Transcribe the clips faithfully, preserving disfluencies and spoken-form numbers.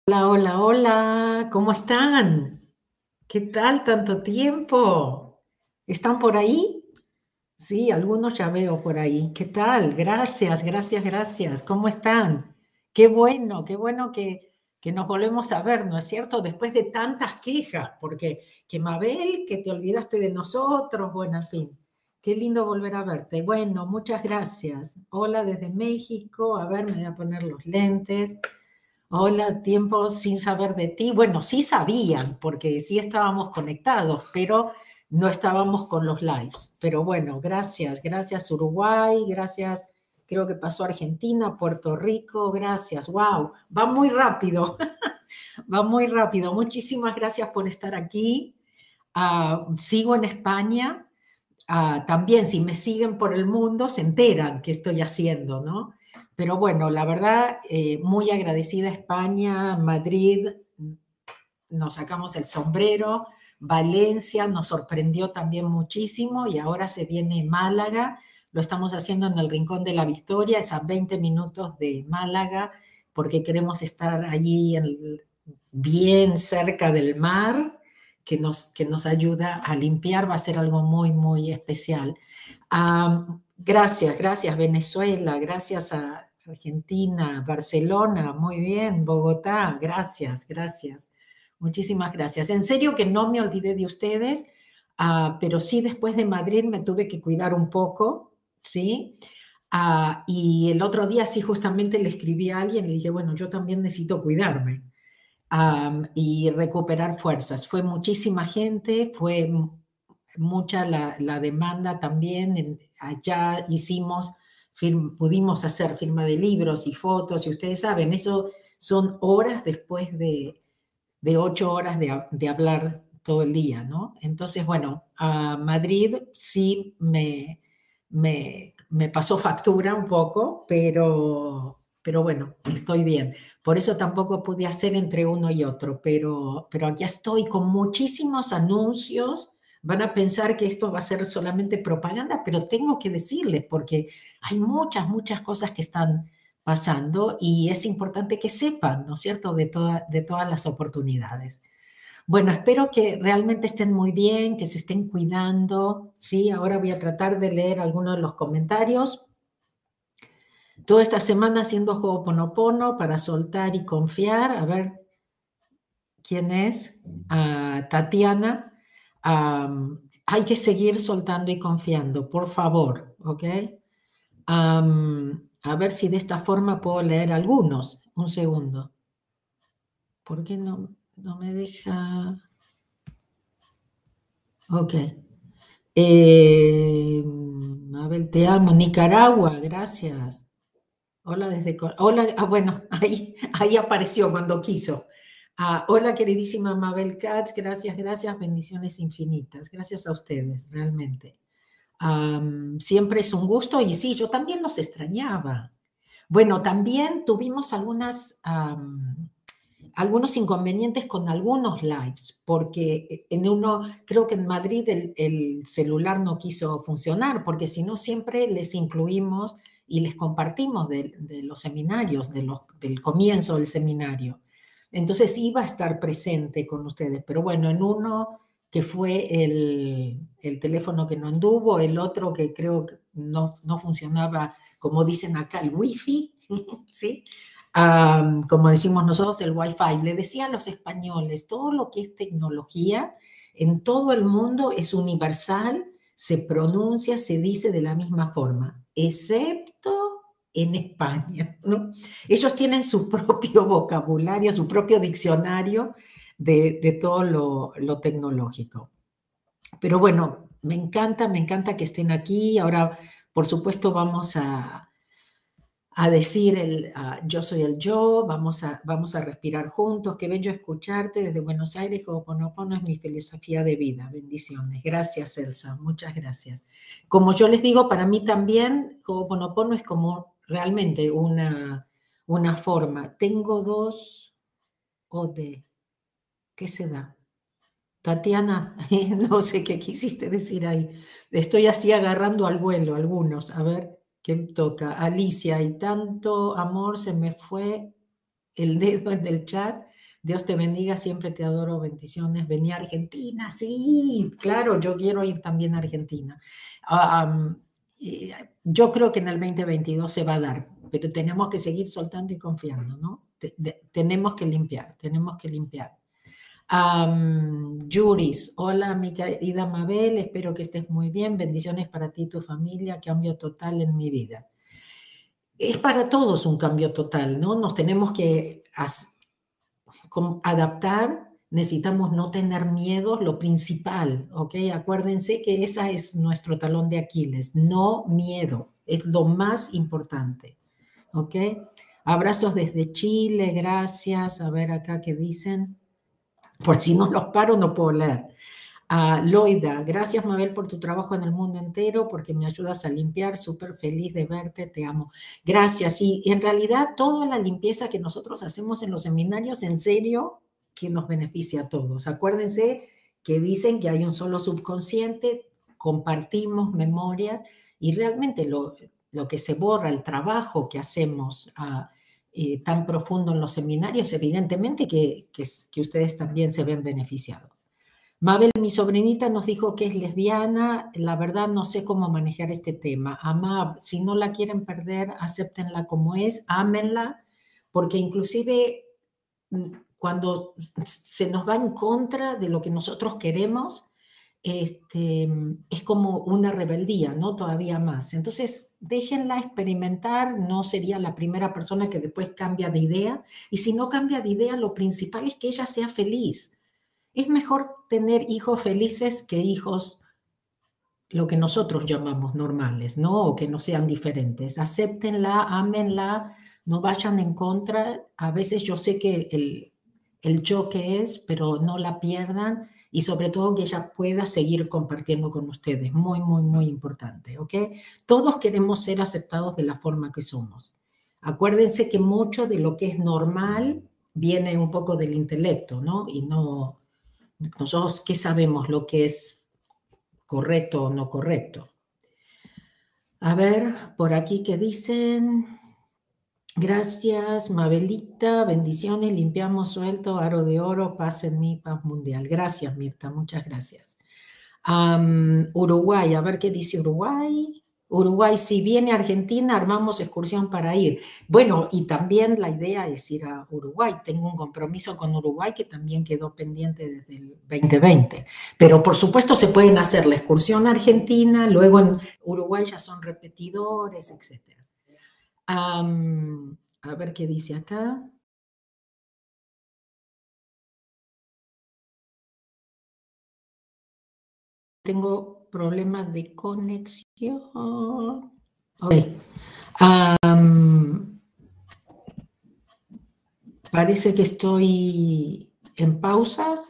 Hola, hola, hola, ¿cómo están? ¿Qué tal tanto tiempo? ¿Están por ahí? Sí, algunos ya veo por ahí. ¿Qué tal? Gracias, gracias, gracias. ¿Cómo están? Qué bueno, qué bueno que, que nos volvemos a ver, ¿no es cierto? Después de tantas quejas, porque que Mabel, que te olvidaste de nosotros, bueno, en fin. Qué lindo volver a verte. Bueno, muchas gracias. Hola desde México. A ver, me voy a poner los lentes. Hola, tiempo sin saber de ti. Bueno, sí sabían, porque sí estábamos conectados, pero no estábamos con los lives. Pero bueno, gracias, gracias Uruguay, gracias, creo que pasó Argentina, Puerto Rico, gracias. Wow, va muy rápido, va muy rápido. Muchísimas gracias por estar aquí. Ah, sigo en España. Ah, también si me siguen por el mundo se enteran qué estoy haciendo, ¿no? Pero bueno, la verdad, eh, muy agradecida a España, Madrid, nos sacamos el sombrero, Valencia nos sorprendió también muchísimo y ahora se viene Málaga, lo estamos haciendo en el Rincón de la Victoria, es a veinte minutos de Málaga, porque queremos estar allí en, bien cerca del mar, que nos, que nos ayuda a limpiar, va a ser algo muy, muy especial. Um, gracias, gracias Venezuela, gracias a Argentina, Barcelona, muy bien, Bogotá, gracias, gracias. Muchísimas gracias. En serio que no me olvidé de ustedes, uh, pero sí después de Madrid me tuve que cuidar un poco, ¿sí? Uh, y el otro día sí justamente le escribí a alguien y le dije, bueno, yo también necesito cuidarme um, y recuperar fuerzas. Fue muchísima gente, fue mucha la, la demanda también. En, allá hicimos, firma, pudimos hacer firma de libros y fotos y ustedes saben, eso son horas después de, de ocho horas de, de hablar todo el día, ¿no? Entonces, bueno, a Madrid sí me, me, me pasó factura un poco, pero, pero bueno, estoy bien. Por eso tampoco pude hacer entre uno y otro, pero, pero aquí estoy con muchísimos anuncios. Van a pensar que esto va a ser solamente propaganda, pero tengo que decirles porque hay muchas, muchas cosas que están pasando y es importante que sepan, ¿no es cierto?, de, toda, de todas las oportunidades. Bueno, espero que realmente estén muy bien, que se estén cuidando, ¿sí? Ahora voy a tratar de leer algunos de los comentarios. Toda esta semana haciendo Ho'oponopono para soltar y confiar. A ver, ¿quién es? Uh, Tatiana. Um, hay que seguir soltando y confiando, por favor, ¿ok? Um, a ver si de esta forma puedo leer algunos. Un segundo. ¿Por qué no, no me deja? Ok. Eh, Mabel, te amo. Nicaragua, gracias. Hola desde... Hola, ah, bueno, ahí, ahí apareció cuando quiso. Ah, hola, queridísima Mabel Katz, gracias, gracias, bendiciones infinitas. Gracias a ustedes, realmente. Um, siempre es un gusto y sí, yo también los extrañaba. Bueno, también tuvimos algunas... Um, algunos inconvenientes con algunos lives, porque en uno, creo que en Madrid el, el celular no quiso funcionar, porque si no siempre les incluimos y les compartimos de, de los seminarios, de los, del comienzo del seminario. Entonces iba a estar presente con ustedes, pero bueno, en uno que fue el, el teléfono que no anduvo, el otro que creo que no, no funcionaba, como dicen acá, el wifi, ¿sí? Um, como decimos nosotros, el Wi-Fi. Le decían los españoles, todo lo que es tecnología en todo el mundo es universal, se pronuncia, se dice de la misma forma, excepto en España, ¿no? Ellos tienen su propio vocabulario, su propio diccionario de, de todo lo, lo tecnológico. Pero bueno, me encanta, me encanta que estén aquí. Ahora, por supuesto, vamos a a decir el uh, yo soy el yo, vamos a, vamos a respirar juntos, qué bello escucharte desde Buenos Aires. Ho'oponopono es mi filosofía de vida, bendiciones. Gracias, Elsa, muchas gracias. Como yo les digo, para mí también Ho'oponopono es como realmente una, una forma. Tengo dos O D, ¿qué se da? Tatiana, no sé qué quisiste decir ahí. Estoy así agarrando al vuelo algunos. A ver qué toca. Alicia, y tanto amor se me fue el dedo en el chat. Dios te bendiga, siempre te adoro, bendiciones. Vení a Argentina, sí, claro, yo quiero ir también a Argentina. Um, yo creo que en el veinte veintidós se va a dar, pero tenemos que seguir soltando y confiando, ¿no? Te, de, tenemos que limpiar, tenemos que limpiar. Um, Yuris, hola mi querida Mabel, espero que estés muy bien, bendiciones para ti y tu familia, cambio total en mi vida. Es para todos un cambio total, ¿no? Nos tenemos que adaptar, necesitamos no tener miedo, lo principal, ¿ok? Acuérdense que esa es nuestro talón de Aquiles, no miedo, es lo más importante, ¿ok? Abrazos desde Chile, gracias. A ver acá qué dicen. Por si no los paro, no puedo leer. Uh, Loida, gracias Mabel por tu trabajo en el mundo entero, porque me ayudas a limpiar, súper feliz de verte, te amo. Gracias, y en realidad toda la limpieza que nosotros hacemos en los seminarios, en serio, que nos beneficia a todos. Acuérdense que dicen que hay un solo subconsciente, compartimos memorias, y realmente lo, lo que se borra, el trabajo que hacemos uh, eh, tan profundo en los seminarios, evidentemente que, que, que ustedes también se ven beneficiados. Mabel, mi sobrinita nos dijo que es lesbiana, la verdad no sé cómo manejar este tema. Ama, si no la quieren perder, acéptenla como es, ámenla, porque inclusive cuando se nos va en contra de lo que nosotros queremos, este, es como una rebeldía, ¿no? Todavía más. Entonces, déjenla experimentar, no sería la primera persona que después cambia de idea, y si no cambia de idea, lo principal es que ella sea feliz. Es mejor tener hijos felices que hijos, lo que nosotros llamamos normales, ¿no? O que no sean diferentes. Acéptenla, ámenla, no vayan en contra. A veces yo sé que el, el choque es, pero no la pierdan y sobre todo que ella pueda seguir compartiendo con ustedes. Muy, muy, muy importante, ¿ok? Todos queremos ser aceptados de la forma que somos. Acuérdense que mucho de lo que es normal viene un poco del intelecto, ¿no? Y no... Nosotros, ¿qué sabemos lo que es correcto o no correcto? A ver, por aquí que dicen, gracias Mabelita, bendiciones, limpiamos suelto, aro de oro, paz en mi paz mundial. Gracias Mirta, muchas gracias. Um, Uruguay, a ver qué dice Uruguay. Uruguay, si viene a Argentina, armamos excursión para ir. Bueno, y también la idea es ir a Uruguay. Tengo un compromiso con Uruguay que también quedó pendiente desde el veinte veinte. Pero por supuesto se pueden hacer la excursión a Argentina, luego en Uruguay ya son repetidores, etcétera. Um, a ver qué dice acá. Tengo problemas de conexión. Ok. Um, parece que estoy en pausa.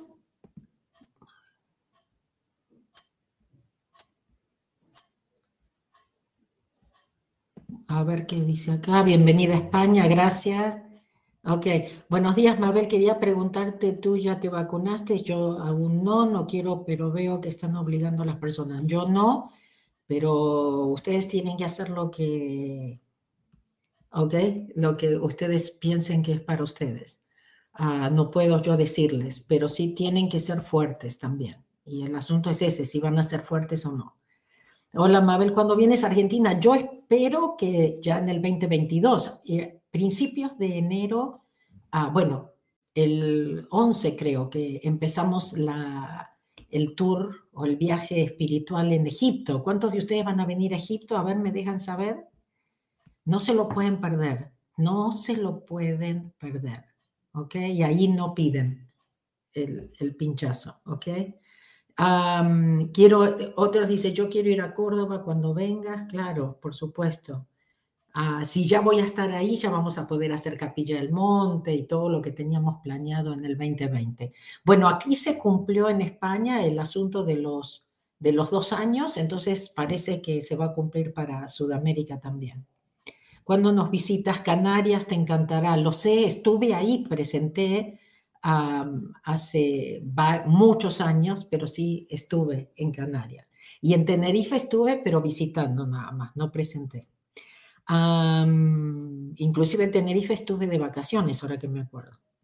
A ver qué dice acá. Bienvenida a España, gracias. Ok, buenos días Mabel, quería preguntarte, ¿tú ya te vacunaste? Yo aún no, no quiero, pero veo que están obligando a las personas. Yo no, pero ustedes tienen que hacer lo que, ok, lo que ustedes piensen que es para ustedes. Uh, no puedo yo decirles, pero sí tienen que ser fuertes también. Y el asunto es ese, si van a ser fuertes o no. Hola Mabel, ¿cuándo vienes a Argentina? Yo espero que ya en el veinte veintidós, eh, principios de enero, ah, bueno, el once creo que empezamos la, el tour o el viaje espiritual en Egipto. ¿Cuántos de ustedes van a venir a Egipto? A ver, ¿me dejan saber? No se lo pueden perder, no se lo pueden perder, ¿ok? Y ahí no piden el, el pinchazo, ¿ok? Um, quiero, otros dicen, yo quiero ir a Córdoba cuando vengas, claro, por supuesto. Uh, si ya voy a estar ahí, ya vamos a poder hacer Capilla del Monte y todo lo que teníamos planeado en el veinte veinte. Bueno, aquí se cumplió en España el asunto de los, de los dos años, entonces parece que se va a cumplir para Sudamérica también. Cuando nos visitas Canarias, te encantará. Lo sé, estuve ahí, presenté um, hace muchos años, pero sí estuve en Canarias. Y en Tenerife estuve, pero visitando nada más, no presenté. Um, inclusive en Tenerife estuve de vacaciones, ahora que me acuerdo.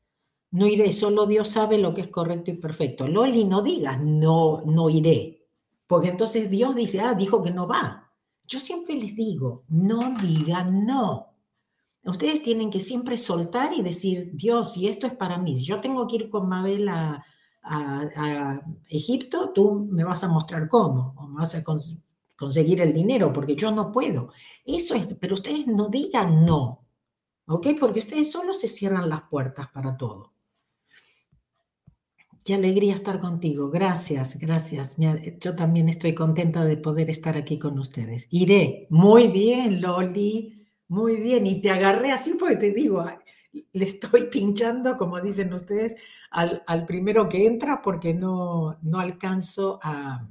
No iré, solo Dios sabe lo que es correcto y perfecto. Loli, no digas, no, no iré, porque entonces Dios dice, ah, dijo que no va. Yo siempre les digo, no digan no. Ustedes tienen que siempre soltar y decir, Dios, si esto es para mí, si yo tengo que ir con Mabel a, a- a Egipto, tú me vas a mostrar cómo, o me vas a cons- conseguir el dinero, porque yo no puedo. Eso es, pero ustedes no digan no, ¿ok? Porque ustedes solo se cierran las puertas para todo. Qué alegría estar contigo. Gracias, gracias. Me Yo también estoy contenta de poder estar aquí con ustedes. Iré. Muy bien, Loli. Muy bien. Y te agarré así porque te digo, ah, le estoy pinchando, como dicen ustedes, al, al primero que entra porque no, no alcanzo a,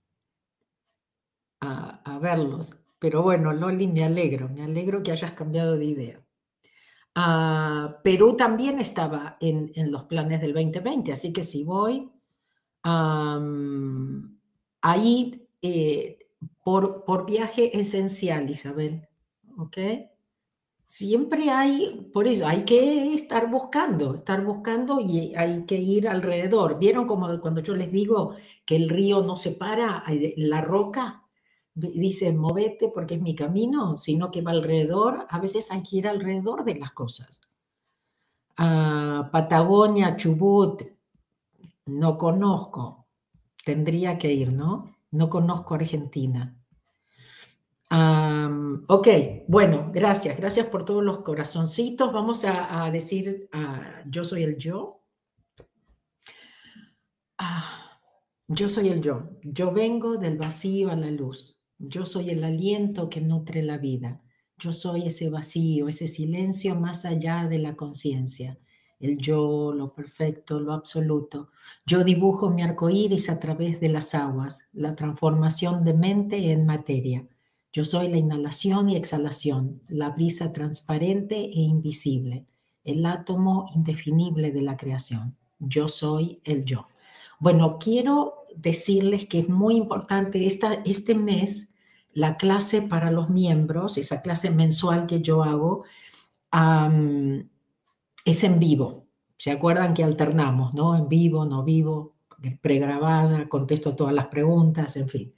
a, a verlos. Pero bueno, Loli, me alegro, me alegro que hayas cambiado de idea. Ah, Perú también estaba en, en los planes del dos mil veinte, así que si voy, Am, ahí, eh, por, por viaje esencial, Isabel, ¿ok? Siempre hay, por eso hay que estar buscando, estar buscando y hay que ir alrededor. ¿Vieron como cuando yo les digo que el río no se para, hay- la roca dice, movete porque es mi camino, sino que va alrededor? A veces hay que ir alrededor de las cosas. Ah, Patagonia, Chubut, no conozco. Tendría que ir, ¿no? No conozco Argentina. Am, ok, bueno, gracias. Gracias por todos los corazoncitos. Vamos a, a decir, ah, yo soy el yo. Ah, yo soy el yo. Yo vengo del vacío a la luz. Yo soy el aliento que nutre la vida. Yo soy ese vacío, ese silencio más allá de la conciencia. El yo, lo perfecto, lo absoluto. Yo dibujo mi arco iris a través de las aguas, la transformación de mente en materia. Yo soy la inhalación y exhalación, la brisa transparente e invisible, el átomo indefinible de la creación. Yo soy el yo. Bueno, quiero decirles que es muy importante esta, este mes, la clase para los miembros, esa clase mensual que yo hago, um, es en vivo. ¿Se acuerdan que alternamos, no? En vivo, no vivo, pregrabada, contesto todas las preguntas, en fin.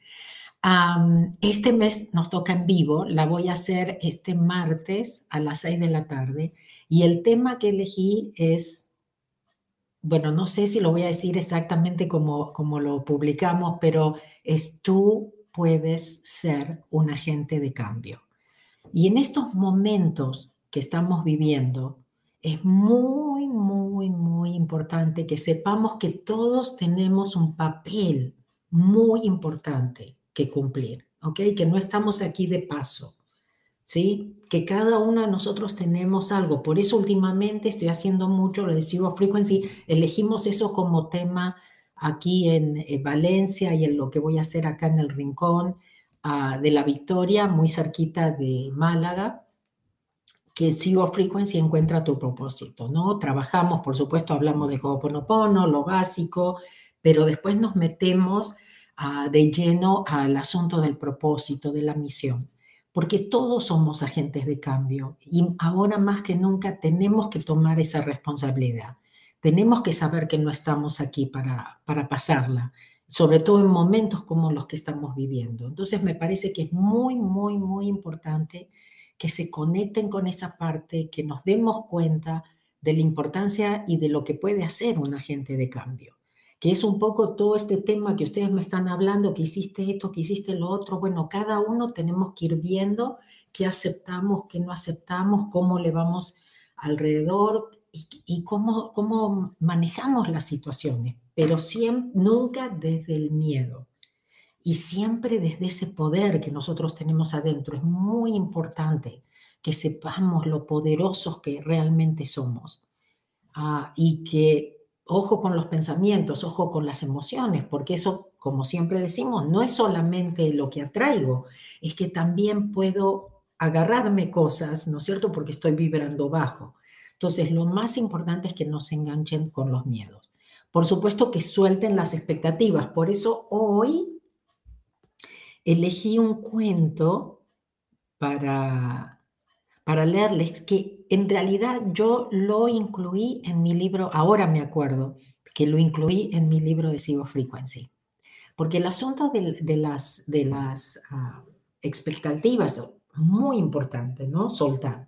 Um, este mes nos toca en vivo, la voy a hacer este martes a las seis de la tarde y el tema que elegí es, bueno, no sé si lo voy a decir exactamente como, como lo publicamos, pero es tú puedes ser un agente de cambio. Y en estos momentos que estamos viviendo, es muy, muy, muy importante que sepamos que todos tenemos un papel muy importante que cumplir, ¿ok? Que no estamos aquí de paso. ¿Sí? Que cada uno de nosotros tenemos algo. Por eso últimamente estoy haciendo mucho lo de Zero Frequency. Elegimos eso como tema aquí en, eh, Valencia y en lo que voy a hacer acá en el Rincón uh, de la Victoria, muy cerquita de Málaga, que Zero Frequency encuentra tu propósito, ¿no? Trabajamos, por supuesto, hablamos de Ho'oponopono, lo básico, pero después nos metemos uh, de lleno al asunto del propósito, de la misión, porque todos somos agentes de cambio y ahora más que nunca tenemos que tomar esa responsabilidad. Tenemos que saber que no estamos aquí para, para pasarla, sobre todo en momentos como los que estamos viviendo. Entonces me parece que es muy, muy, muy importante que se conecten con esa parte, que nos demos cuenta de la importancia y de lo que puede hacer un agente de cambio, que es un poco todo este tema que ustedes me están hablando, que hiciste esto, que hiciste lo otro. Bueno, cada uno tenemos que ir viendo qué aceptamos, qué no aceptamos, cómo le vamos alrededor y, y cómo, cómo manejamos las situaciones, pero siempre, nunca desde el miedo. Y siempre desde ese poder que nosotros tenemos adentro. Es muy importante que sepamos lo poderosos que realmente somos. Ah, y que, ojo con los pensamientos, ojo con las emociones, porque eso, como siempre decimos, no es solamente lo que atraigo, es que también puedo agarrarme cosas, ¿no es cierto? Porque estoy vibrando bajo. Entonces, lo más importante es que no se enganchen con los miedos. Por supuesto que suelten las expectativas. Por eso hoy elegí un cuento para, para leerles, que en realidad yo lo incluí en mi libro, ahora me acuerdo que lo incluí en mi libro de Zero Frequency, porque el asunto de, de las, de las uh, expectativas es muy importante, ¿no? Soltar.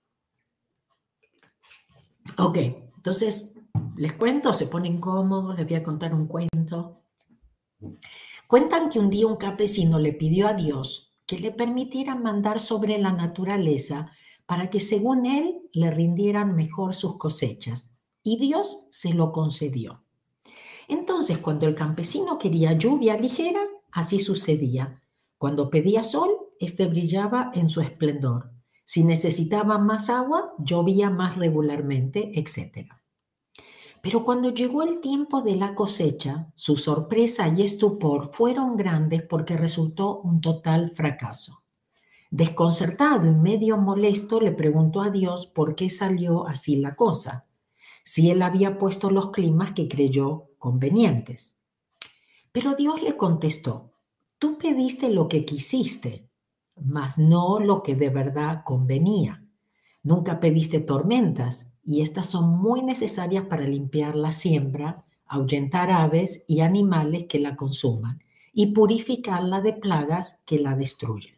Ok, entonces les cuento, se ponen cómodos, les voy a contar un cuento. Cuentan que un día un campesino le pidió a Dios que le permitiera mandar sobre la naturaleza para que según él le rindieran mejor sus cosechas, y Dios se lo concedió. Entonces, cuando el campesino quería lluvia ligera, así sucedía. Cuando pedía sol, éste brillaba en su esplendor. Si necesitaba más agua, llovía más regularmente, etcétera. Pero cuando llegó el tiempo de la cosecha, su sorpresa y estupor fueron grandes porque resultó un total fracaso. Desconcertado y medio molesto, le preguntó a Dios por qué salió así la cosa, si él había puesto los climas que creyó convenientes. Pero Dios le contestó: tú pediste lo que quisiste, mas no lo que de verdad convenía. Nunca pediste tormentas, y estas son muy necesarias para limpiar la siembra, ahuyentar aves y animales que la consuman, y purificarla de plagas que la destruyen.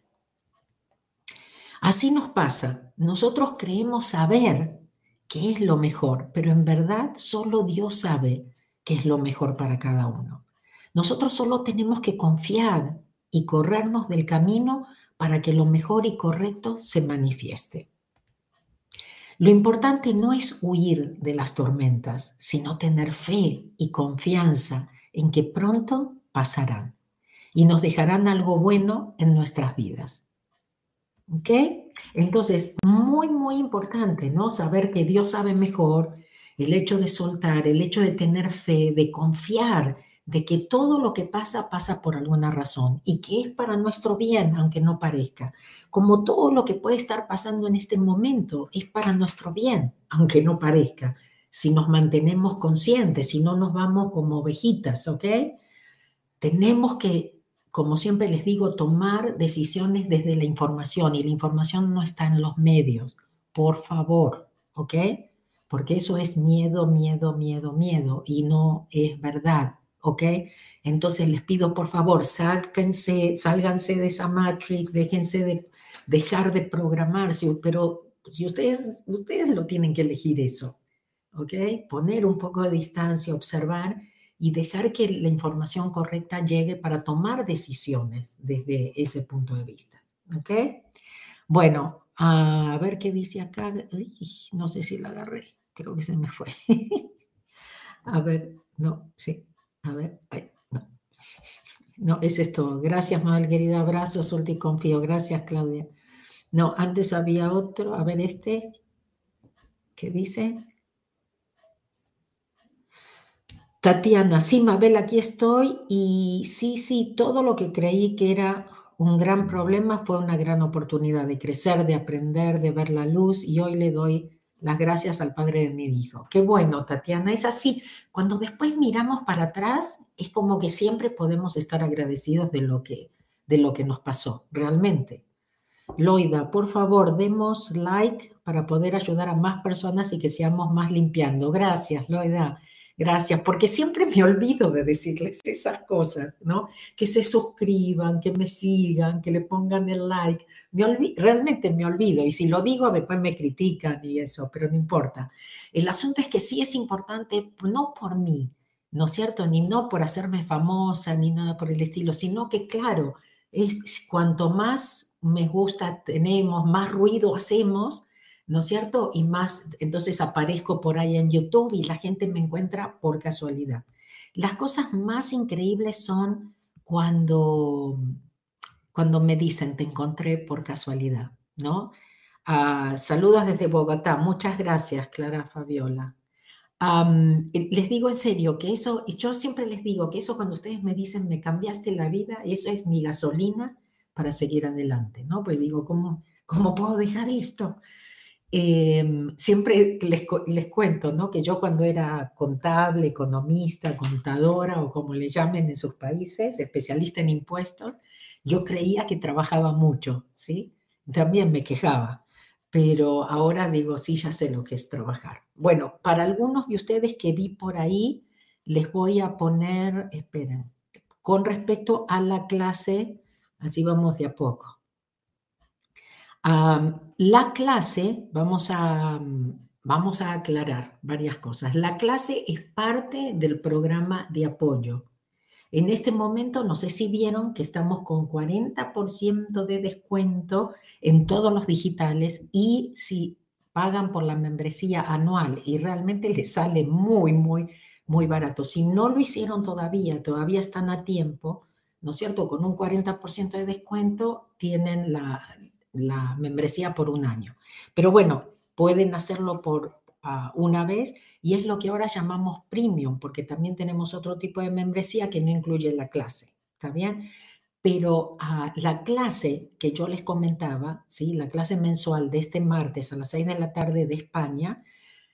Así nos pasa. Nosotros creemos saber qué es lo mejor, pero en verdad solo Dios sabe qué es lo mejor para cada uno. Nosotros solo tenemos que confiar y corrernos del camino para que lo mejor y correcto se manifieste. Lo importante no es huir de las tormentas, sino tener fe y confianza en que pronto pasarán y nos dejarán algo bueno en nuestras vidas. ¿Ok? Entonces, muy, muy importante, ¿no? Saber que Dios sabe mejor, el hecho de soltar, el hecho de tener fe, de confiar, de que todo lo que pasa, pasa por alguna razón y que es para nuestro bien, aunque no parezca. Como todo lo que puede estar pasando en este momento es para nuestro bien, aunque no parezca. Si nos mantenemos conscientes, si no nos vamos como ovejitas, ¿ok? Tenemos que, como siempre les digo, tomar decisiones desde la información, y la información no está en los medios, por favor, ¿ok? Porque eso es miedo, miedo, miedo, miedo y no es verdad, ¿ok? Entonces les pido, por favor, sálganse, sálganse de esa matrix, déjense de dejar de programarse, pero si ustedes, ustedes lo tienen que elegir eso, ¿ok? Poner un poco de distancia, observar y dejar que la información correcta llegue para tomar decisiones desde ese punto de vista. ¿Ok? Bueno, a ver qué dice acá. Uy, no sé si la agarré. Creo que se me fue. A ver, no, sí. A ver, ay, no. No, es esto. Gracias, Mabel, querida. Abrazo, suelto y confío. Gracias, Claudia. No, antes había otro. A ver, este. ¿Qué dice? Tatiana, sí, Mabel, aquí estoy y sí, sí, todo lo que creí que era un gran problema fue una gran oportunidad de crecer, de aprender, de ver la luz, y hoy le doy las gracias al Padre de mi hijo. Qué bueno, Tatiana, es así. Cuando después miramos para atrás, es como que siempre podemos estar agradecidos de lo que, de lo que nos pasó, realmente. Loida, por favor, demos like para poder ayudar a más personas y que seamos más limpiando. Gracias, Loida. Gracias, porque siempre me olvido de decirles esas cosas, ¿no? Que se suscriban, que me sigan, que le pongan el like. Me olvi- realmente me olvido, y si lo digo después me critican y eso, pero no importa. El asunto es que sí es importante, no por mí, ¿no es cierto? Ni no por hacerme famosa, ni nada por el estilo, sino que, claro, es cuanto más me gusta tenemos, más ruido hacemos, ¿no es cierto? Y más, entonces aparezco por ahí en YouTube y la gente me encuentra por casualidad. Las cosas más increíbles son cuando, cuando me dicen, te encontré por casualidad, ¿no? Ah, saludos desde Bogotá. Muchas gracias, Clara Fabiola. Um, les digo en serio que eso, y yo siempre les digo que eso, cuando ustedes me dicen, me cambiaste la vida, eso es mi gasolina para seguir adelante, ¿no? Pues digo, ¿cómo, cómo puedo dejar esto? Eh, siempre les, les cuento, ¿no? Que yo cuando era contable, economista, contadora o como le llamen en sus países, especialista en impuestos, yo creía que trabajaba mucho, ¿sí? También me quejaba. pero ahora digo, sí, ya sé lo que es trabajar. Bueno, para algunos de ustedes que vi por ahí, les voy a poner, esperen, con respecto a la clase, así vamos de a poco. Um, la clase, vamos a, vamos a aclarar varias cosas. La clase es parte del programa de apoyo. En este momento, no sé si vieron que estamos con cuarenta por ciento de descuento en todos los digitales y si pagan por la membresía anual y realmente les sale muy, muy, muy barato. Si no lo hicieron todavía, todavía están a tiempo, ¿no es cierto? Con un cuarenta por ciento de descuento tienen la, la membresía por un año. Pero bueno, pueden hacerlo por uh, una vez y es lo que ahora llamamos premium, porque también tenemos otro tipo de membresía que no incluye la clase, ¿está bien? Pero uh, la clase que yo les comentaba, ¿sí? La clase mensual de este martes a las seis de la tarde de España,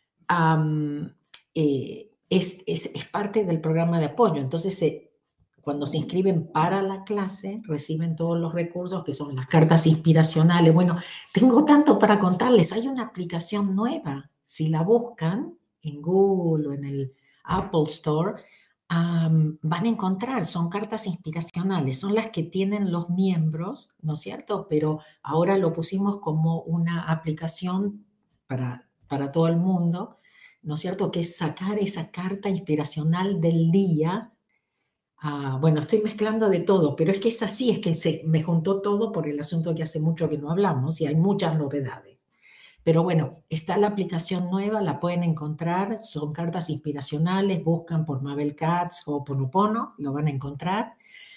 um, eh, es, es, es parte del programa de apoyo. Entonces, eh, cuando se inscriben para la clase, reciben todos los recursos que son las cartas inspiracionales. Bueno, tengo tanto para contarles. Hay una aplicación nueva. Si la buscan en Google o en el Apple Store, um, van a encontrar, son cartas inspiracionales, son las que tienen los miembros, ¿no es cierto? Pero ahora lo pusimos como una aplicación para, para todo el mundo, ¿no es cierto? Que es sacar esa carta inspiracional del día. Ah, bueno, estoy mezclando de todo, pero es que es así, es que se me juntó todo por el asunto que hace mucho que no hablamos y hay muchas novedades. Pero bueno, está la aplicación nueva, la pueden encontrar, son cartas inspiracionales, buscan por Mabel Katz o Ho'oponopono, lo van a encontrar.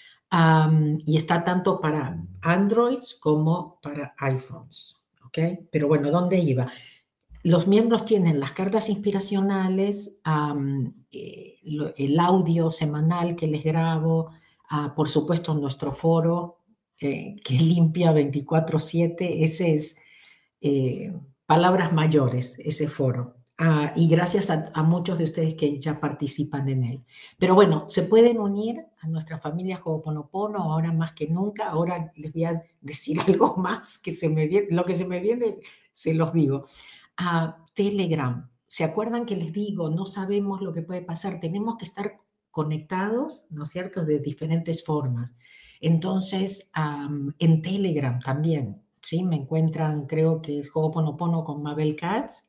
Um, y está tanto para Androids como para iPhones, ¿ok? Pero bueno, ¿dónde iba? Los miembros tienen las cartas inspiracionales, um, eh, lo, el audio semanal que les grabo, uh, por supuesto nuestro foro eh, que limpia veinticuatro siete, ese es eh, palabras mayores, ese foro. Uh, y gracias a, a muchos de ustedes que ya participan en él. Pero bueno, se pueden unir a nuestra familia Ho'oponopono ahora más que nunca. Ahora les voy a decir algo más que se me viene, lo que se me viene se los digo. A Telegram. ¿Se acuerdan que les digo, no sabemos lo que puede pasar? Tenemos que estar conectados, ¿no es cierto?, de diferentes formas. Entonces, um, en Telegram también, ¿sí? Me encuentran, creo que es Ho'oponopono con Mabel Katz,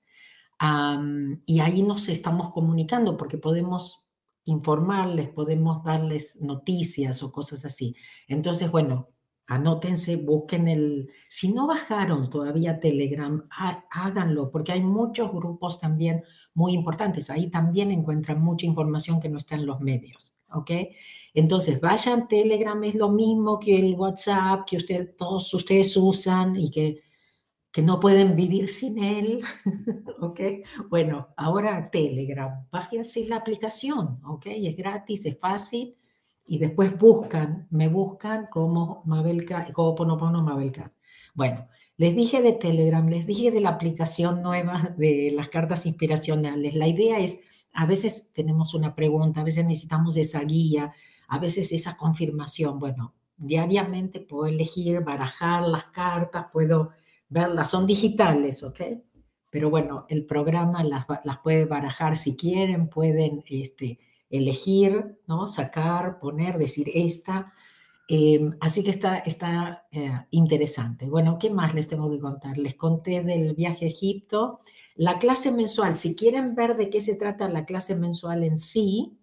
um, y ahí nos estamos comunicando porque podemos informarles, podemos darles noticias o cosas así. Entonces, bueno, anótense, busquen el... Si no bajaron todavía Telegram, há- háganlo, porque hay muchos grupos también muy importantes. Ahí también encuentran mucha información que no está en los medios, ¿ok? Entonces, vayan, Telegram es lo mismo que el WhatsApp, que usted, todos ustedes usan y que, que no pueden vivir sin él, ¿ok? Bueno, ahora Telegram, bájense la aplicación, ¿ok? Es gratis, es fácil y después buscan, me buscan como Mabel Katz, Ho'oponopono Mabel Katz. Bueno, les dije de Telegram, les dije de la aplicación nueva de las cartas inspiracionales. La idea es, a veces tenemos una pregunta, a veces necesitamos esa guía, a veces esa confirmación. Bueno, diariamente puedo elegir, barajar las cartas, puedo verlas, son digitales, ¿ok? Pero bueno, el programa las, las puede barajar si quieren, pueden este, elegir, ¿no? Sacar, poner, decir esta. Eh, así que está, está eh, interesante. Bueno, ¿qué más les tengo que contar? Les conté del viaje a Egipto. La clase mensual, si quieren ver de qué se trata la clase mensual en sí,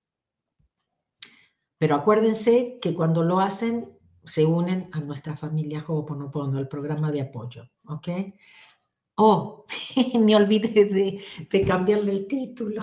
pero acuérdense que cuando lo hacen, se unen a nuestra familia Ho'oponopono, al programa de apoyo, ¿ok? Oh, me olvidé de, de cambiarle el título.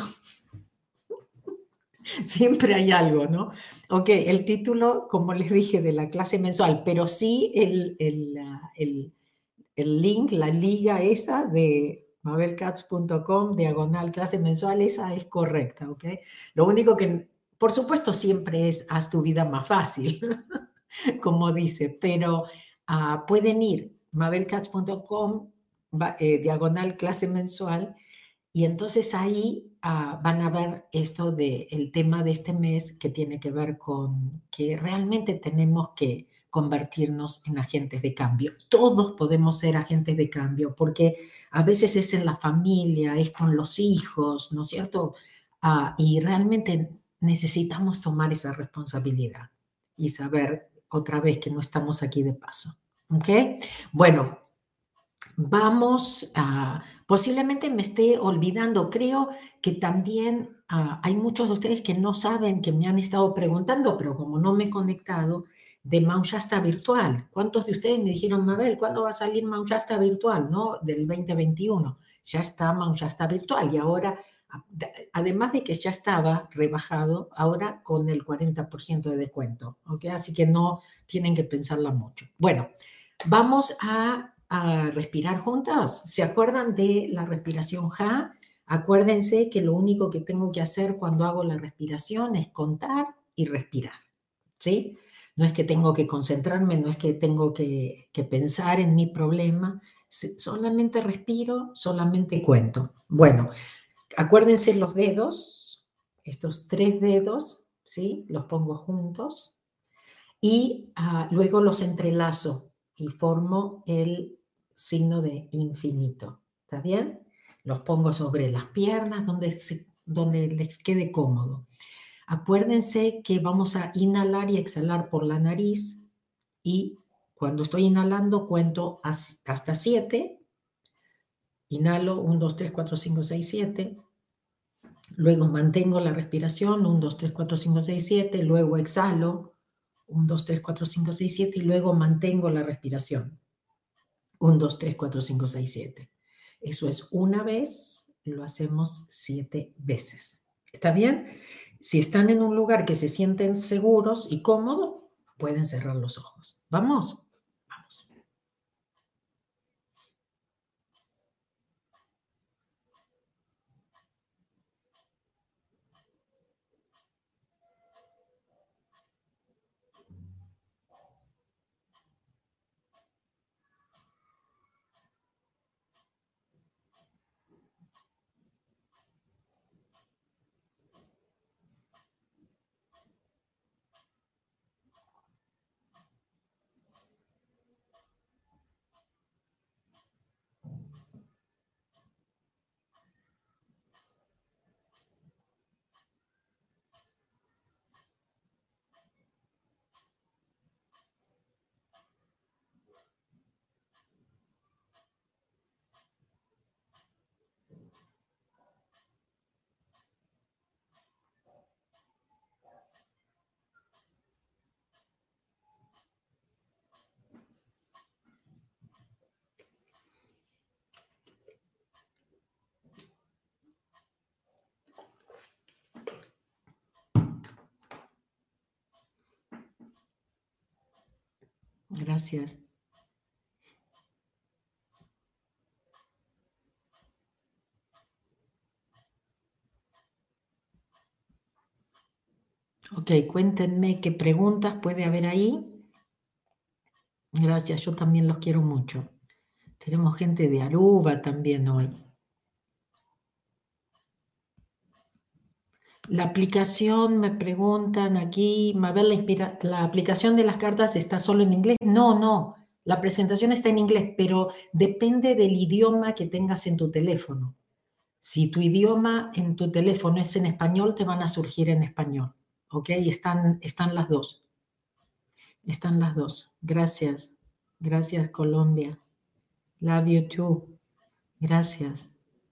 Siempre hay algo, ¿no? Ok, el título, como les dije, de la clase mensual, pero sí el, el, ah, el, el link, la liga esa de mabelkatz punto com, diagonal clase mensual, esa es correcta, ¿ok? Lo único que, por supuesto, siempre es haz tu vida más fácil, como dice, pero uh, pueden ir mabelkatz punto com, eh, diagonal clase mensual, y entonces ahí uh, van a ver esto del tema de este mes que tiene que ver con que realmente tenemos que convertirnos en agentes de cambio. Todos podemos ser agentes de cambio, porque a veces es en la familia, es con los hijos, ¿no es cierto? Ah, y realmente necesitamos tomar esa responsabilidad y saber otra vez que no estamos aquí de paso. ¿Ok? Bueno, vamos a... Posiblemente me esté olvidando. Creo que también ah, hay muchos de ustedes que no saben, que me han estado preguntando, pero como no me he conectado, de Maushasta Virtual. ¿Cuántos de ustedes me dijeron, Mabel, ¿cuándo va a salir Maushasta Virtual? ¿No? Del veinte veintiuno. Ya está Maushasta Virtual y ahora, además de que ya estaba rebajado, ahora con el cuarenta por ciento de descuento. ¿Ok? Así que no tienen que pensarla mucho. Bueno, vamos a a respirar juntos. ¿Se acuerdan de la respiración J A? Acuérdense que lo único que tengo que hacer cuando hago la respiración es contar y respirar, ¿sí? No es que tengo que concentrarme, no es que tengo que, que pensar en mi problema, solamente respiro, solamente cuento. Bueno, acuérdense los dedos, estos tres dedos, ¿sí? Los pongo juntos y uh, luego los entrelazo y formo el signo de infinito. ¿Está bien? Los pongo sobre las piernas donde, se, donde les quede cómodo. Acuérdense que vamos a inhalar y exhalar por la nariz y cuando estoy inhalando cuento hasta siete. Inhalo uno, dos, tres, cuatro, cinco, seis, siete. Luego mantengo la respiración uno, dos, tres, cuatro, cinco, seis, siete. Luego exhalo uno, dos, tres, cuatro, cinco, seis, siete y luego mantengo la respiración. uno, dos, tres, cuatro, cinco, seis, siete. Eso es una vez, lo hacemos siete veces. ¿Está bien? Si están en un lugar que se sienten seguros y cómodos, pueden cerrar los ojos. ¿Vamos? Vamos. Gracias. Ok, cuéntenme qué preguntas puede haber ahí. Gracias, yo también los quiero mucho. Tenemos gente de Aruba también hoy. La aplicación, me preguntan aquí, Mabel, la, inspira, la aplicación de las cartas está solo en inglés. No, no, la presentación está en inglés, pero depende del idioma que tengas en tu teléfono. Si tu idioma en tu teléfono es en español, te van a surgir en español. ¿Ok? Están, están las dos. Están las dos. Gracias. Gracias, Colombia. Love you too. Gracias.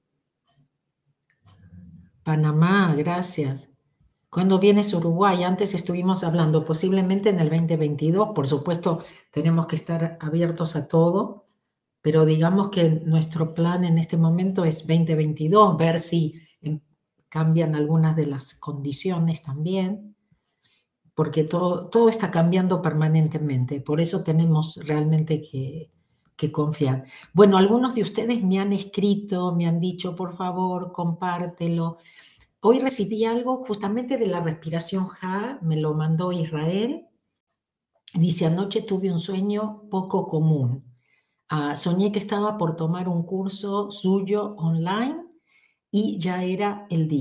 Panamá, gracias. ¿Cuándo vienes a Uruguay? Antes estuvimos hablando posiblemente en el veinte veintidós. Por supuesto, tenemos que estar abiertos a todo, pero digamos que nuestro plan en este momento es veinte veintidós, ver si cambian algunas de las condiciones también, porque todo, todo está cambiando permanentemente. Por eso tenemos realmente que, que confiar. Bueno, algunos de ustedes me han escrito, me han dicho, por favor, compártelo. Hoy recibí algo justamente de la respiración J A, me lo mandó Israel. Dice, anoche tuve un sueño poco común. Uh, soñé que estaba por tomar un curso suyo online y ya era el día.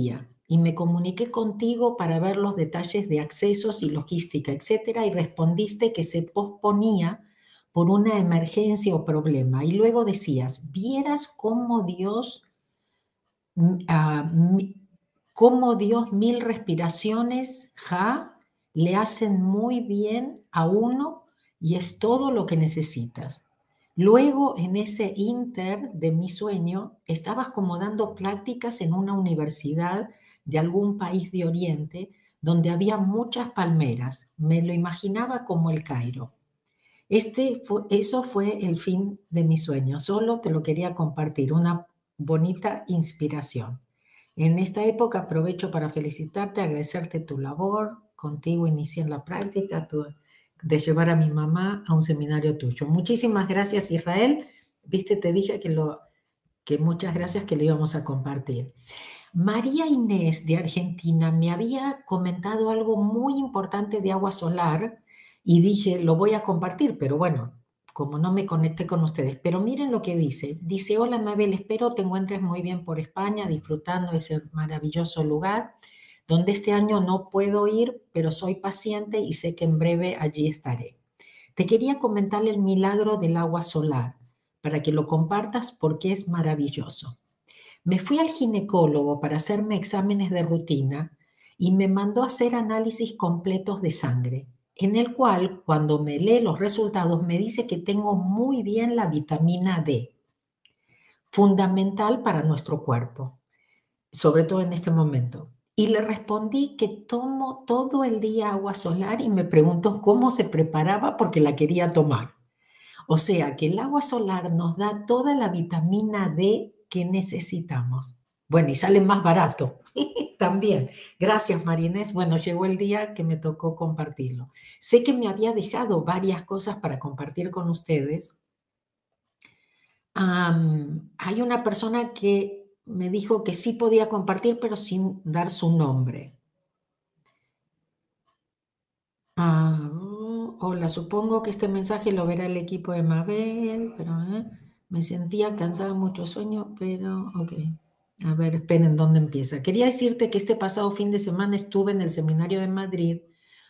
y me comuniqué contigo para ver los detalles de accesos y logística, etcétera, y respondiste que se posponía por una emergencia o problema. Y luego decías, vieras cómo Dios, mm, ah, mi- cómo Dios mil respiraciones, ja, le hacen muy bien a uno y es todo lo que necesitas. Luego, en ese inter de mi sueño, estabas como dando prácticas en una universidad de algún país de Oriente donde había muchas palmeras. Me lo imaginaba como el Cairo. Este fue, eso fue el fin de mi sueño. Solo te lo quería compartir, una bonita inspiración. En esta época aprovecho para felicitarte, agradecerte tu labor. Contigo inicié en la práctica tu- de llevar a mi mamá a un seminario tuyo. Muchísimas gracias, Israel. Viste, te dije que, lo, que muchas gracias que lo íbamos a compartir. María Inés de Argentina me había comentado algo muy importante de agua solar y dije, lo voy a compartir, pero bueno, como no me conecté con ustedes. Pero miren lo que dice. Dice, hola Mabel, espero te encuentres muy bien por España, disfrutando de ese maravilloso lugar, donde este año no puedo ir, pero soy paciente y sé que en breve allí estaré. Te quería comentar el milagro del agua solar, para que lo compartas porque es maravilloso. Me fui al ginecólogo para hacerme exámenes de rutina y me mandó a hacer análisis completos de sangre, en el cual, cuando me lee los resultados, me dice que tengo muy bien la vitamina D, fundamental para nuestro cuerpo, sobre todo en este momento. Y le respondí que tomo todo el día agua solar y me preguntó cómo se preparaba porque la quería tomar. O sea que el agua solar nos da toda la vitamina D que necesitamos. Bueno, y sale más barato también. Gracias, Marinés. Bueno, llegó el día que me tocó compartirlo. Sé que me había dejado varias cosas para compartir con ustedes. Am, hay una persona que me dijo que sí podía compartir, pero sin dar su nombre. Ah, hola, supongo que este mensaje lo verá el equipo de Mabel, pero eh, me sentía cansada, mucho sueño, pero ok. A ver, esperen dónde empieza. Quería decirte que este pasado fin de semana estuve en el seminario de Madrid.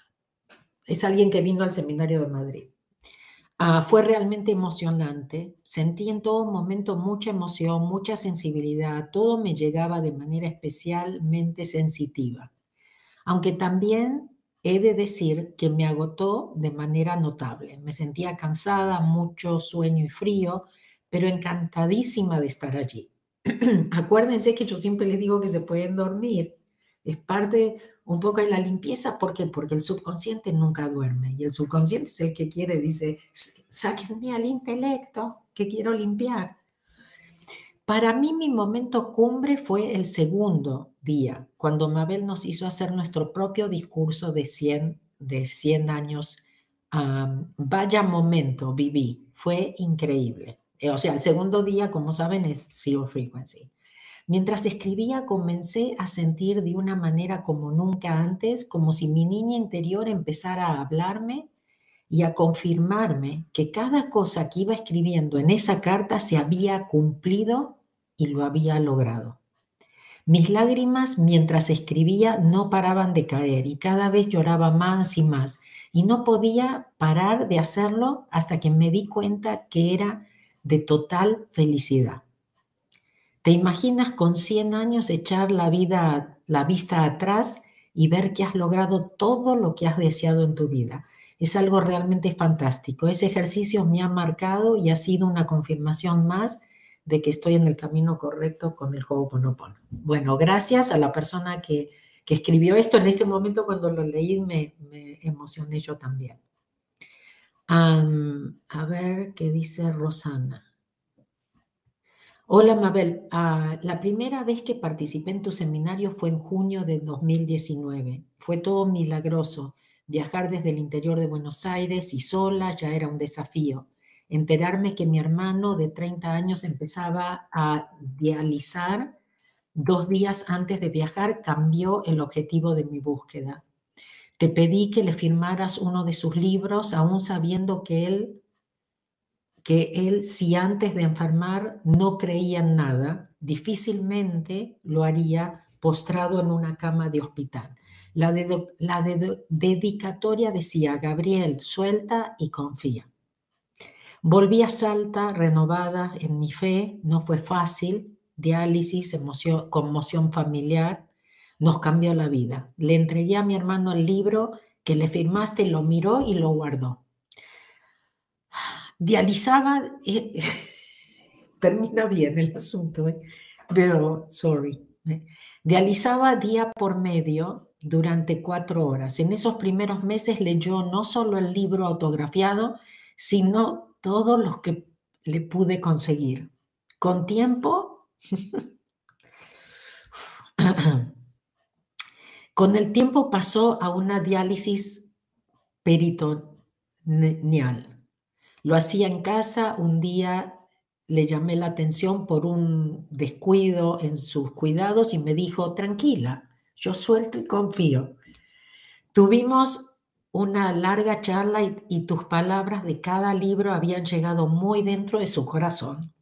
Es alguien que vino al seminario de Madrid. Ah, fue realmente emocionante. Sentí en todo momento mucha emoción, mucha sensibilidad. Todo me llegaba de manera especialmente sensitiva, aunque también he de decir que me agotó de manera notable. Me sentía cansada, mucho sueño y frío, pero encantadísima de estar allí. Acuérdense que yo siempre les digo que se pueden dormir. Es parte un poco de la limpieza. ¿Por qué? Porque el subconsciente nunca duerme y el subconsciente es el que quiere, dice, sáquenme al intelecto que quiero limpiar. Para mí mi momento cumbre fue el segundo día, cuando Mabel nos hizo hacer nuestro propio discurso de cien, de cien años. Um, vaya momento viví, fue increíble. Eh, O sea, el segundo día, como saben, es Zero Frequency. Mientras escribía, comencé a sentir de una manera como nunca antes, como si mi niña interior empezara a hablarme y a confirmarme que cada cosa que iba escribiendo en esa carta se había cumplido y lo había logrado. Mis lágrimas mientras escribía no paraban de caer y cada vez lloraba más y más y no podía parar de hacerlo hasta que me di cuenta que era de total felicidad. ¿Te imaginas con cien años echar la vida, la vista atrás y ver que has logrado todo lo que has deseado en tu vida? Es algo realmente fantástico. Ese ejercicio me ha marcado y ha sido una confirmación más de que estoy en el camino correcto con el Ho'oponopono. Bueno, gracias a la persona que, que escribió esto. En este momento, cuando lo leí, me, me emocioné yo también. Um, a ver qué dice Rosana. Hola Mabel, ah, la primera vez que participé en tu seminario fue en junio de dos mil diecinueve. Fue todo milagroso. Viajar desde el interior de Buenos Aires y sola ya era un desafío. Enterarme que mi hermano de treinta años empezaba a dializar dos días antes de viajar cambió el objetivo de mi búsqueda. Te pedí que le firmaras uno de sus libros, aún sabiendo que él que él, si antes de enfermar no creía en nada, difícilmente lo haría postrado en una cama de hospital. La, de, la de, dedicatoria decía: Gabriel, suelta y confía. Volví a Salta renovada en mi fe, no fue fácil, diálisis, emoción, conmoción familiar, nos cambió la vida. Le entregué a mi hermano el libro que le firmaste, lo miró y lo guardó. Dializaba, eh, termina bien el asunto, eh, pero sorry. Eh. Dializaba día por medio durante cuatro horas. En esos primeros meses leyó no solo el libro autografiado, sino todos los que le pude conseguir. Con tiempo, con el tiempo pasó a una diálisis peritoneal. Lo hacía en casa. Un día le llamé la atención por un descuido en sus cuidados y me dijo: tranquila, yo suelto y confío. Tuvimos una larga charla y, y tus palabras de cada libro habían llegado muy dentro de su corazón.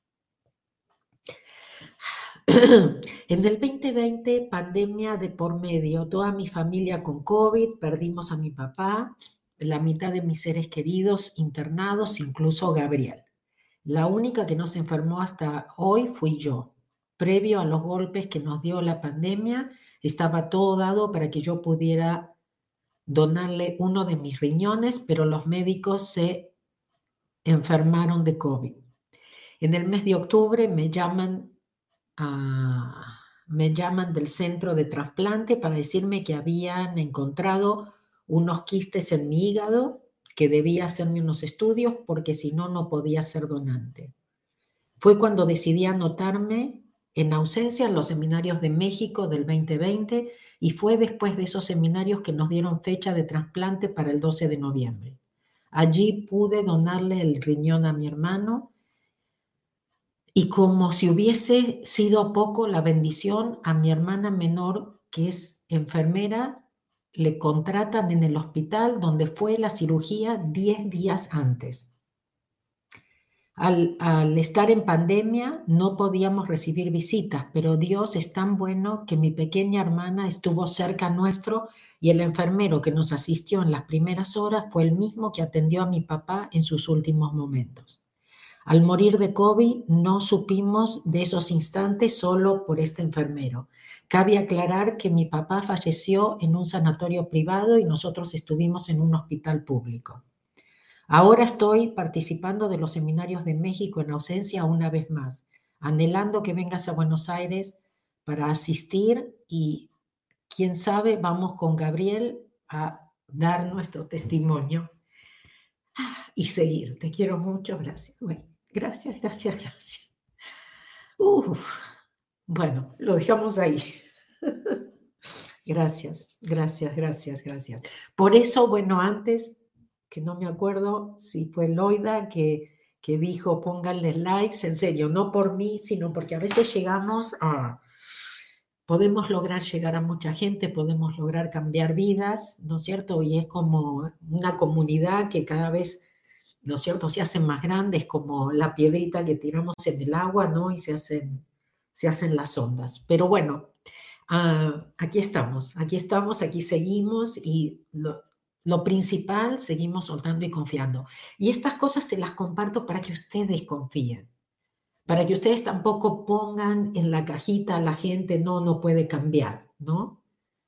En el veinte veinte, pandemia de por medio, toda mi familia con COVID, perdimos a mi papá, la mitad de mis seres queridos internados, incluso Gabriel. La única que no se enfermó hasta hoy fui yo. Previo a los golpes que nos dio la pandemia, estaba todo dado para que yo pudiera donarle uno de mis riñones, pero los médicos se enfermaron de COVID. En el mes de octubre me llaman, a, me llaman del centro de trasplante para decirme que habían encontrado unos quistes en mi hígado, que debía hacerme unos estudios porque si no, no podía ser donante. Fue cuando decidí anotarme en ausencia en los seminarios de México del veinte veinte y fue después de esos seminarios que nos dieron fecha de trasplante para el doce de noviembre. Allí pude donarle el riñón a mi hermano y, como si hubiese sido poco, la bendición, a mi hermana menor, que es enfermera, le contratan en el hospital donde fue la cirugía diez días antes. Al, al estar en pandemia no podíamos recibir visitas, pero Dios es tan bueno que mi pequeña hermana estuvo cerca nuestro y el enfermero que nos asistió en las primeras horas fue el mismo que atendió a mi papá en sus últimos momentos. Al morir de COVID no supimos de esos instantes solo por este enfermero. Cabe aclarar que mi papá falleció en un sanatorio privado y nosotros estuvimos en un hospital público. Ahora estoy participando de los seminarios de México en ausencia una vez más, anhelando que vengas a Buenos Aires para asistir y, quién sabe, vamos con Gabriel a dar nuestro testimonio y seguir. Te quiero mucho, gracias. Bueno, gracias, gracias, gracias. Uf, bueno, lo dejamos ahí. Gracias, gracias, gracias, gracias. Por eso, bueno, antes, que no me acuerdo si fue Loida que, que dijo pónganle likes, en serio, no por mí, sino porque a veces llegamos a, podemos lograr llegar a mucha gente, podemos lograr cambiar vidas, ¿no es cierto? Y es como una comunidad que cada vez, ¿no es cierto?, se hacen más grandes, como la piedrita que tiramos en el agua, ¿no? Y se hacen, se hacen las ondas. Pero bueno, uh, aquí estamos, aquí estamos, aquí seguimos y lo, lo principal, seguimos soltando y confiando. Y estas cosas se las comparto para que ustedes confíen, para que ustedes tampoco pongan en la cajita a la gente, no, no puede cambiar, ¿no?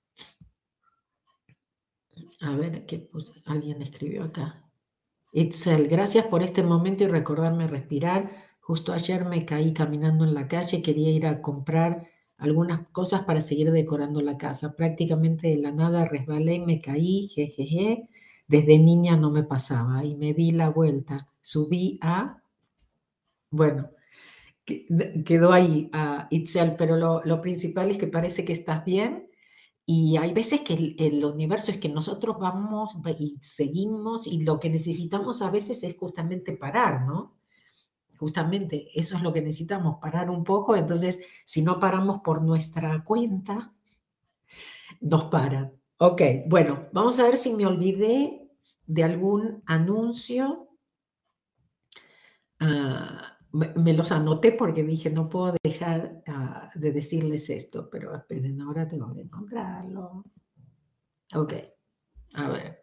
A ver, ¿qué puse? Alguien escribió acá. Itzel, gracias por este momento y recordarme respirar. Justo ayer me caí caminando en la calle, quería ir a comprar algunas cosas para seguir decorando la casa. Prácticamente de la nada resbalé y me caí, jejeje. Desde niña no me pasaba y me di la vuelta. Subí a... Bueno, quedó ahí a Itzel, pero lo, lo principal es que parece que estás bien. Y hay veces que el, el universo es que nosotros vamos y seguimos y lo que necesitamos a veces es justamente parar, ¿no? Justamente eso es lo que necesitamos, parar un poco. Entonces, si no paramos por nuestra cuenta, nos paran. Ok, bueno, vamos a ver si me olvidé de algún anuncio. Uh, Me, me los anoté porque dije, no puedo dejar uh, de decirles esto, pero esperen, ahora tengo que encontrarlo. Ok, a ver.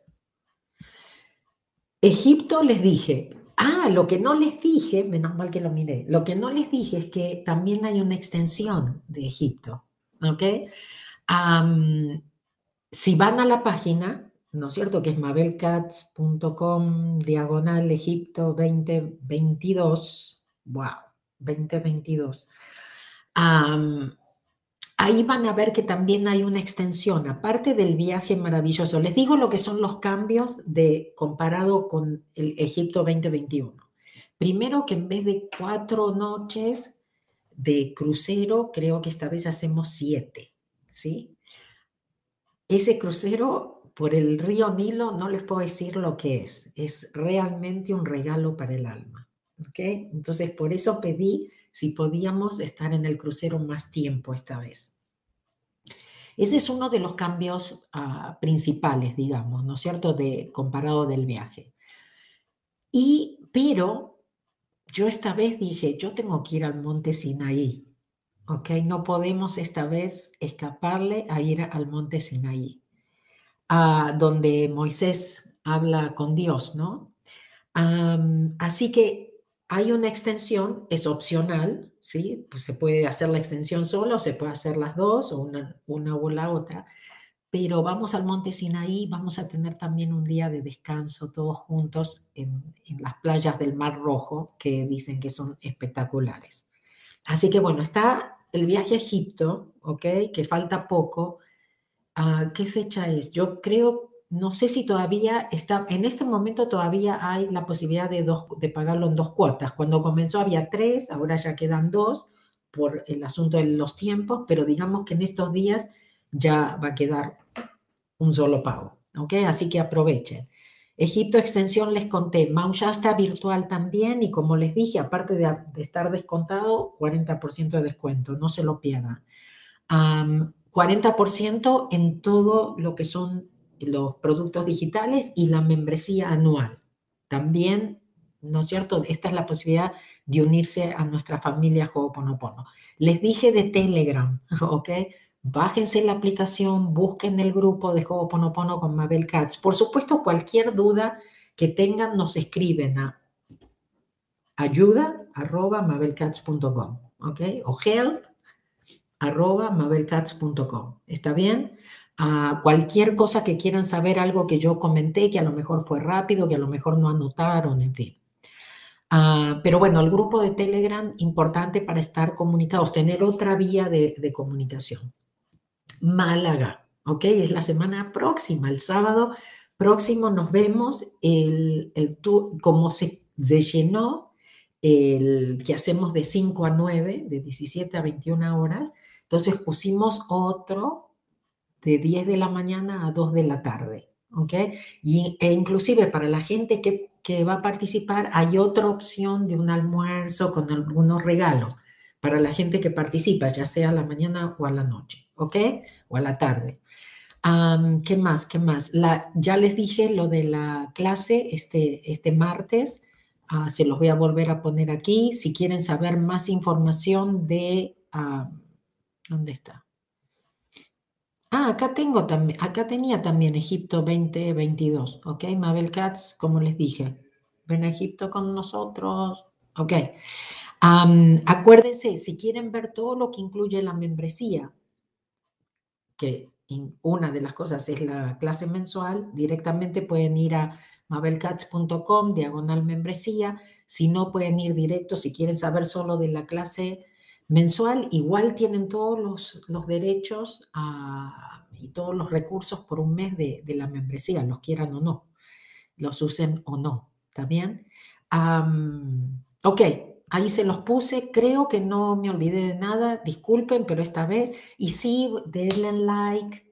Egipto les dije, ah, lo que no les dije, menos mal que lo miré, lo que no les dije es que también hay una extensión de Egipto, ¿ok? Um, si van a la página, ¿no es cierto? Que es mabelcats punto com diagonal Egipto veinte veintidós, wow, veinte veintidós. Um, Ahí van a ver que también hay una extensión, aparte del viaje maravilloso. Les digo lo que son los cambios de, comparado con el Egipto veinte veintiuno. Primero que en vez de cuatro noches de crucero, creo que esta vez hacemos siete, ¿sí? Ese crucero por el río Nilo no les puedo decir lo que es. Es realmente un regalo para el alma, ¿ok? Entonces por eso pedí si podíamos estar en el crucero más tiempo esta vez. Ese es uno de los cambios uh, principales, digamos, ¿no es cierto?, de, comparado del viaje. Y, pero yo esta vez dije, yo tengo que ir al monte Sinaí, ¿ok? No podemos esta vez escaparle a ir al monte Sinaí, uh, donde Moisés habla con Dios, ¿no? Um, así que hay una extensión, es opcional, ¿sí? Pues se puede hacer la extensión sola o se puede hacer las dos o una, una o la otra. Pero vamos al monte Sinaí, vamos a tener también un día de descanso todos juntos en, en las playas del Mar Rojo, que dicen que son espectaculares. Así que bueno, está el viaje a Egipto, ¿ok? Que falta poco. ¿A qué fecha es? Yo creo, no sé si todavía está, en este momento todavía hay la posibilidad de, dos, de pagarlo en dos cuotas. Cuando comenzó había tres, ahora ya quedan dos por el asunto de los tiempos, pero digamos que en estos días ya va a quedar un solo pago, ¿ok? Así que aprovechen. Egipto Extensión les conté, Mau ya está virtual también y como les dije, aparte de, de estar descontado, cuarenta por ciento de descuento, no se lo pierdan. Um, cuarenta por ciento en todo lo que son los productos digitales y la membresía anual. También, ¿no es cierto? Esta es la posibilidad de unirse a nuestra familia Ho'oponopono. Les dije de Telegram, ¿ok? Bájense la aplicación, busquen el grupo de Ho'oponopono con Mabel Katz. Por supuesto, cualquier duda que tengan nos escriben a ayuda arroba mabelcats punto com, ¿ok? O help arroba mabelcats punto com. ¿Está bien? Uh, cualquier cosa que quieran saber, algo que yo comenté, que a lo mejor fue rápido, que a lo mejor no anotaron, en fin. Uh, pero bueno, el grupo de Telegram, importante para estar comunicados, tener otra vía de, de comunicación. Málaga, ¿ok? Es la semana próxima, el sábado próximo nos vemos. El, el tour, como se, se llenó el que hacemos de cinco a nueve, de diecisiete a veintiuna horas, entonces pusimos otro de diez de la mañana a dos de la tarde, ¿ok? Y, e inclusive para la gente que, que va a participar hay otra opción de un almuerzo con algunos regalos para la gente que participa, ya sea a la mañana o a la noche, ¿ok? O a la tarde. Um, ¿Qué más? ¿Qué más? La, ya les dije lo de la clase este, este martes. Uh, se los voy a volver a poner aquí. Si quieren saber más información de... Uh, ¿dónde está? Ah, acá tengo también, acá tenía también Egipto veinte veintidós, ¿ok? Mabel Katz, como les dije, ven a Egipto con nosotros, ¿ok? Um, acuérdense, si quieren ver todo lo que incluye la membresía, que una de las cosas es la clase mensual, directamente pueden ir a mabelcats punto com, diagonal membresía. Si no, pueden ir directo, si quieren saber solo de la clase mensual, igual tienen todos los, los derechos a, y todos los recursos por un mes de, de la membresía, los quieran o no, los usen o no, ¿está bien? Um, ok. Ahí se los puse, creo que no me olvidé de nada, disculpen, pero esta vez, y sí, denle like,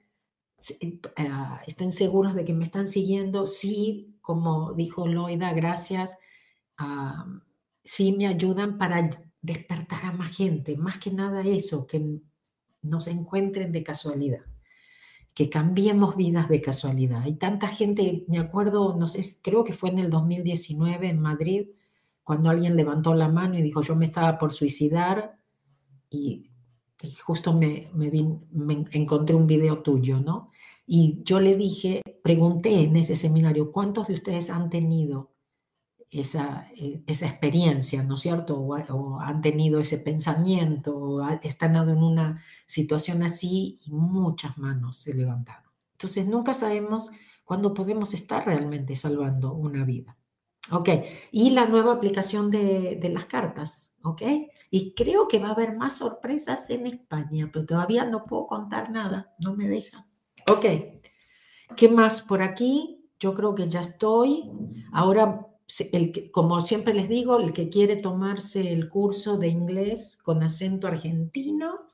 uh, estén seguros de que me están siguiendo, sí, como dijo Loida, gracias, uh, sí me ayudan para despertar a más gente, más que nada eso, que nos encuentren de casualidad, que cambiemos vidas de casualidad. Hay tanta gente, me acuerdo, no sé, creo que fue en el dos mil diecinueve en Madrid, cuando alguien levantó la mano y dijo, yo me estaba por suicidar y, y justo me, me, vi, me encontré un video tuyo, ¿no? Y yo le dije, pregunté en ese seminario, ¿cuántos de ustedes han tenido esa, esa experiencia, ¿no es cierto? O, o han tenido ese pensamiento, o están en una situación así, y muchas manos se levantaron. Entonces nunca sabemos cuándo podemos estar realmente salvando una vida. Ok, y la nueva aplicación de, de las cartas, ok. Y creo que va a haber más sorpresas en España, pero todavía no puedo contar nada, no me dejan. Ok, ¿qué más por aquí? Yo creo que ya estoy. Ahora, el que, como siempre les digo, el que quiere tomarse el curso de inglés con acento argentino,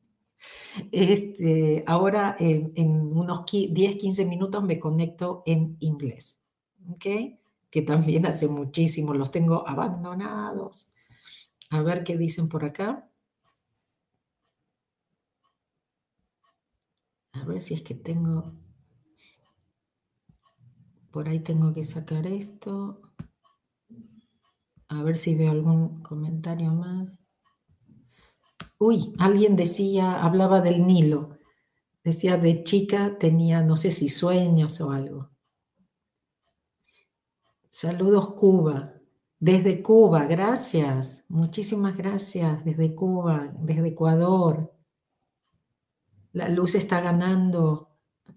este, ahora eh, en unos diez, quince minutos me conecto en inglés, ¿ok? Que también hace muchísimo, los tengo abandonados. A ver qué dicen por acá. A ver si es que tengo... Por ahí tengo que sacar esto. A ver si veo algún comentario más. Uy, alguien decía, hablaba del Nilo. Decía de chica tenía, no sé si sueños o algo. Saludos Cuba. Desde Cuba, gracias. Muchísimas gracias. Desde Cuba, desde Ecuador. La luz está ganando.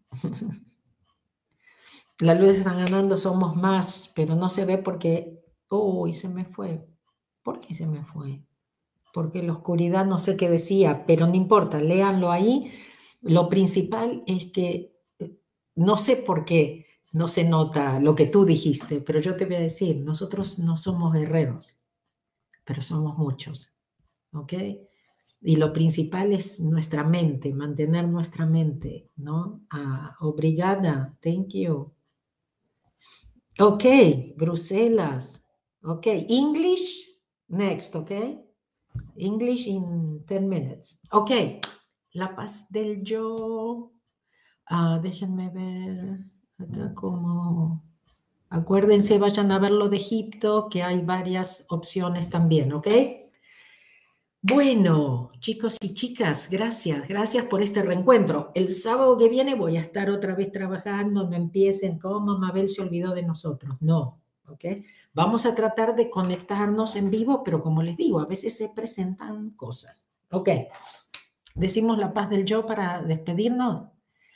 La luz está ganando, somos más, pero no se ve porque... Uy, se me fue. ¿Por qué se me fue? Porque la oscuridad no sé qué decía, pero no importa, léanlo ahí. Lo principal es que no sé por qué no se nota lo que tú dijiste, pero yo te voy a decir, nosotros no somos guerreros, pero somos muchos, ¿ok? Y lo principal es nuestra mente, mantener nuestra mente, ¿no? Ah, obrigada, thank you. Ok, Bruselas, ok, English, next, ok? English in ten minutes. Ok, La Paz del Yo. Ah, déjenme ver acá como... Acuérdense, vayan a ver lo de Egipto, que hay varias opciones también, ¿ok? Bueno, chicos y chicas, gracias, gracias por este reencuentro. El sábado que viene voy a estar otra vez trabajando, no empiecen como Mabel se olvidó de nosotros, no, ¿ok? Vamos a tratar de conectarnos en vivo, pero como les digo, a veces se presentan cosas. Ok, decimos la paz del yo para despedirnos.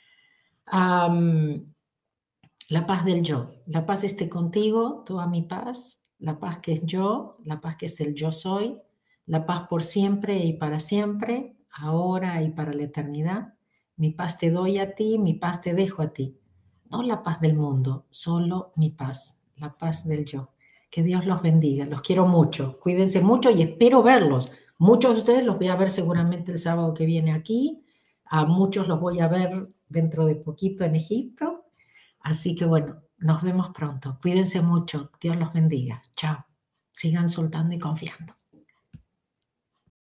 Um, la paz del yo, la paz esté contigo, toda mi paz, la paz que es yo, la paz que es el yo soy, la paz por siempre y para siempre, ahora y para la eternidad. Mi paz te doy a ti, mi paz te dejo a ti. No la paz del mundo, solo mi paz, la paz del yo. Que Dios los bendiga, los quiero mucho, cuídense mucho y espero verlos. Muchos de ustedes los voy a ver seguramente el sábado que viene aquí, a muchos los voy a ver dentro de poquito en Egipto. Así que bueno, nos vemos pronto. Cuídense mucho. Dios los bendiga. Chao. Sigan soltando y confiando.